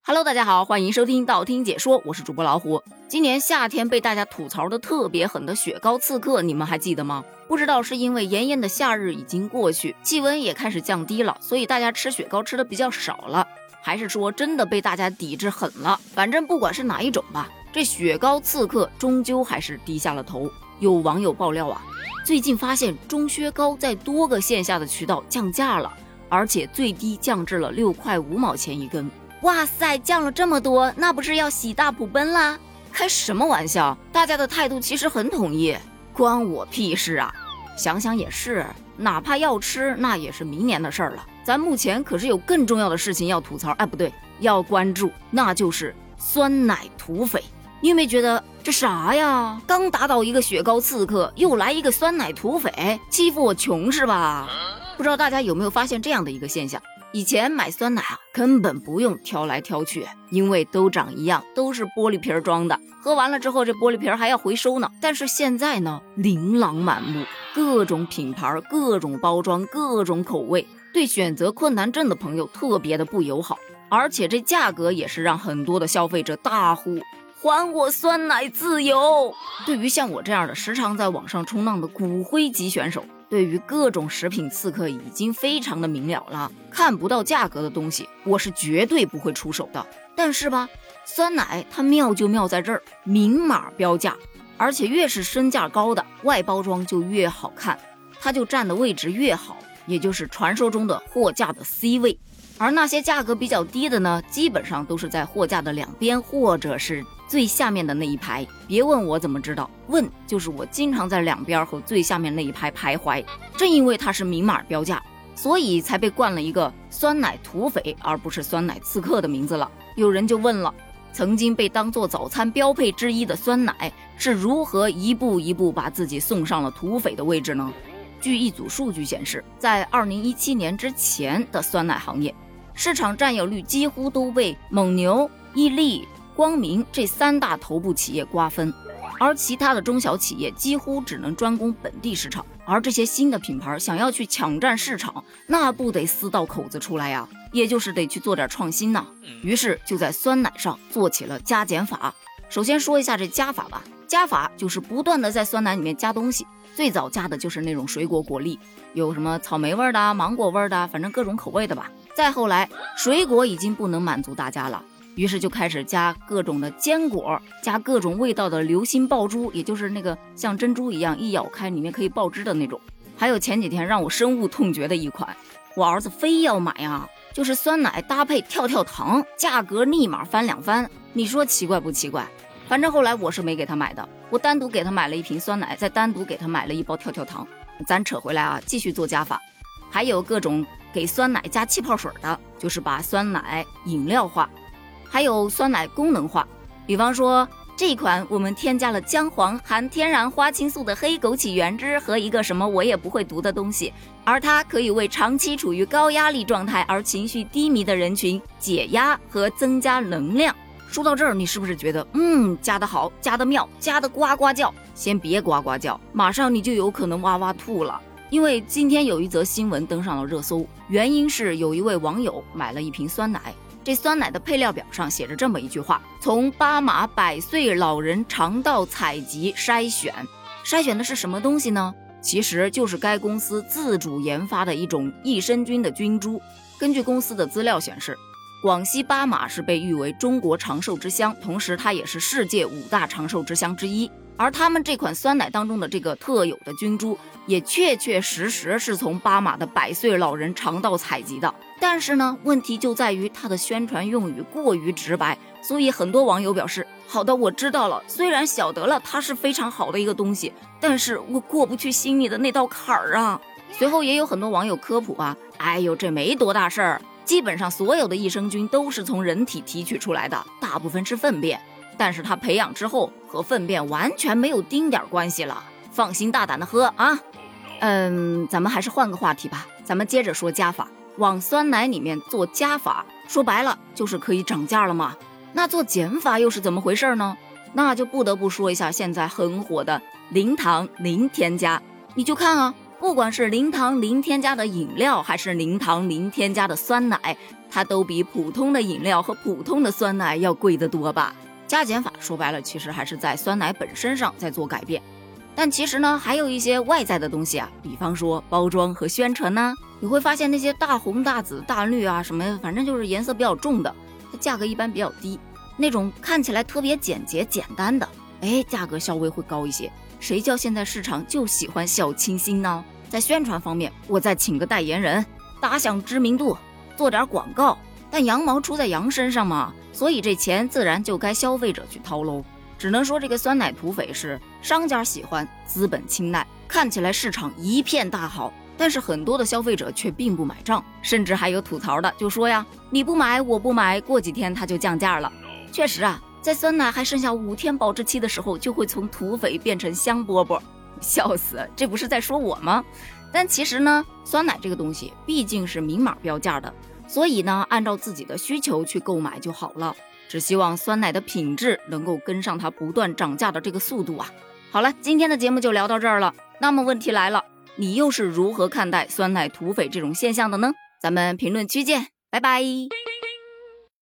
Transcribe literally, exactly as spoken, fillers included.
Hello， 大家好，欢迎收听道听解说，我是主播老虎。今年夏天被大家吐槽的特别狠的雪糕刺客，你们还记得吗？不知道是因为炎炎的夏日已经过去，气温也开始降低了，所以大家吃雪糕吃的比较少了，还是说真的被大家抵制狠了？反正不管是哪一种吧，这雪糕刺客终究还是低下了头。有网友爆料啊，最近发现钟薛高在多个线下的渠道降价了，而且最低降至了六块五毛钱一根。哇塞，降了这么多，那不是要喜大普奔啦？开什么玩笑，大家的态度其实很统一，关我屁事啊！想想也是，哪怕要吃，那也是明年的事儿了。咱目前可是有更重要的事情要吐槽，哎，不对，要关注，那就是酸奶土匪。你有没有觉得这啥呀？刚打倒一个雪糕刺客，又来一个酸奶土匪，欺负我穷是吧？不知道大家有没有发现这样的一个现象？以前买酸奶啊，根本不用挑来挑去，因为都长一样，都是玻璃瓶装的，喝完了之后这玻璃瓶还要回收呢。但是现在呢，琳琅满目，各种品牌，各种包装，各种口味，对选择困难症的朋友特别的不友好，而且这价格也是让很多的消费者大呼还我酸奶自由。对于像我这样的时常在网上冲浪的骨灰级选手，对于各种食品刺客已经非常的明了了，看不到价格的东西我是绝对不会出手的。但是吧，酸奶它妙就妙在这儿，明码标价，而且越是身价高的外包装就越好看，它就占的位置越好，也就是传说中的货架的 C 位。而那些价格比较低的呢，基本上都是在货架的两边或者是最下面的那一排。别问我怎么知道，问就是我经常在两边和最下面那一排徘徊。正因为它是明码标价，所以才被冠了一个酸奶土匪而不是酸奶刺客的名字了。有人就问了，曾经被当作早餐标配之一的酸奶是如何一步一步把自己送上了土匪的位置呢？据一组数据显示，在二零一七年之前的酸奶行业市场占有率几乎都被蒙牛、伊利、光明这三大头部企业瓜分，而其他的中小企业几乎只能专攻本地市场。而这些新的品牌想要去抢占市场，那不得撕到口子出来呀，也就是得去做点创新呐。于是就在酸奶上做起了加减法。首先说一下这加法吧，加法就是不断的在酸奶里面加东西，最早加的就是那种水果果粒，有什么草莓味的、芒果味的，反正各种口味的吧。再后来水果已经不能满足大家了，于是就开始加各种的坚果，加各种味道的流心爆珠，也就是那个像珍珠一样一咬开里面可以爆汁的那种。还有前几天让我深恶痛绝的一款，我儿子非要买啊，就是酸奶搭配跳跳糖，价格立马翻两番，你说奇怪不奇怪？反正后来我是没给他买的，我单独给他买了一瓶酸奶，再单独给他买了一包跳跳糖。咱扯回来啊，继续做加法。还有各种给酸奶加气泡水的，就是把酸奶饮料化，还有酸奶功能化，比方说这一款我们添加了姜黄含天然花青素的黑枸杞原汁和一个什么我也不会读的东西，而它可以为长期处于高压力状态而情绪低迷的人群解压和增加能量。说到这儿，你是不是觉得嗯，加得好，加得妙，加得呱呱叫？先别呱呱叫，马上你就有可能哇哇吐了。因为今天有一则新闻登上了热搜，原因是有一位网友买了一瓶酸奶，这酸奶的配料表上写着这么一句话：从巴马百岁老人肠道采集筛选。筛选的是什么东西呢？其实就是该公司自主研发的一种益生菌的菌株。根据公司的资料显示，广西巴马是被誉为中国长寿之乡，同时它也是世界五大长寿之乡之一。而他们这款酸奶当中的这个特有的菌株，也确确实实是从巴马的百岁老人肠道采集的。但是呢，问题就在于它的宣传用语过于直白，所以很多网友表示，好的，我知道了，虽然晓得了它是非常好的一个东西，但是我过不去心里的那道坎儿啊。随后也有很多网友科普啊，哎呦，这没多大事儿，基本上所有的益生菌都是从人体提取出来的，大部分是粪便，但是它培养之后和粪便完全没有丁点关系了，放心大胆的喝啊。嗯，咱们还是换个话题吧，咱们接着说加法。往酸奶里面做加法，说白了就是可以涨价了嘛。那做减法又是怎么回事呢？那就不得不说一下现在很火的零糖零添加。你就看啊， 不管是零糖零添加的饮料，还是零糖零添加的酸奶，它都比普通的饮料和普通的酸奶要贵得多吧。加减法说白了，其实还是在酸奶本身上在做改变。但其实呢，还有一些外在的东西啊，比方说包装和宣传呢，你会发现那些大红大紫大绿啊什么，反正就是颜色比较重的，它价格一般比较低。那种看起来特别简洁简单的，哎，价格稍微会高一些。谁叫现在市场就喜欢小清新呢？在宣传方面，我再请个代言人，打响知名度，做点广告。但羊毛出在羊身上嘛，所以这钱自然就该消费者去掏喽。只能说这个酸奶土匪是商家喜欢，资本青睐，看起来市场一片大好，但是很多的消费者却并不买账，甚至还有吐槽的，就说呀，你不买我不买，过几天它就降价了。确实啊，在酸奶还剩下五天保质期的时候，就会从土匪变成香饽饽，笑死，这不是在说我吗？但其实呢，酸奶这个东西毕竟是明码标价的，所以呢，按照自己的需求去购买就好了。只希望酸奶的品质能够跟上它不断涨价的这个速度啊！好了，今天的节目就聊到这儿了。那么问题来了，你又是如何看待酸奶土匪这种现象的呢？咱们评论区见，拜拜。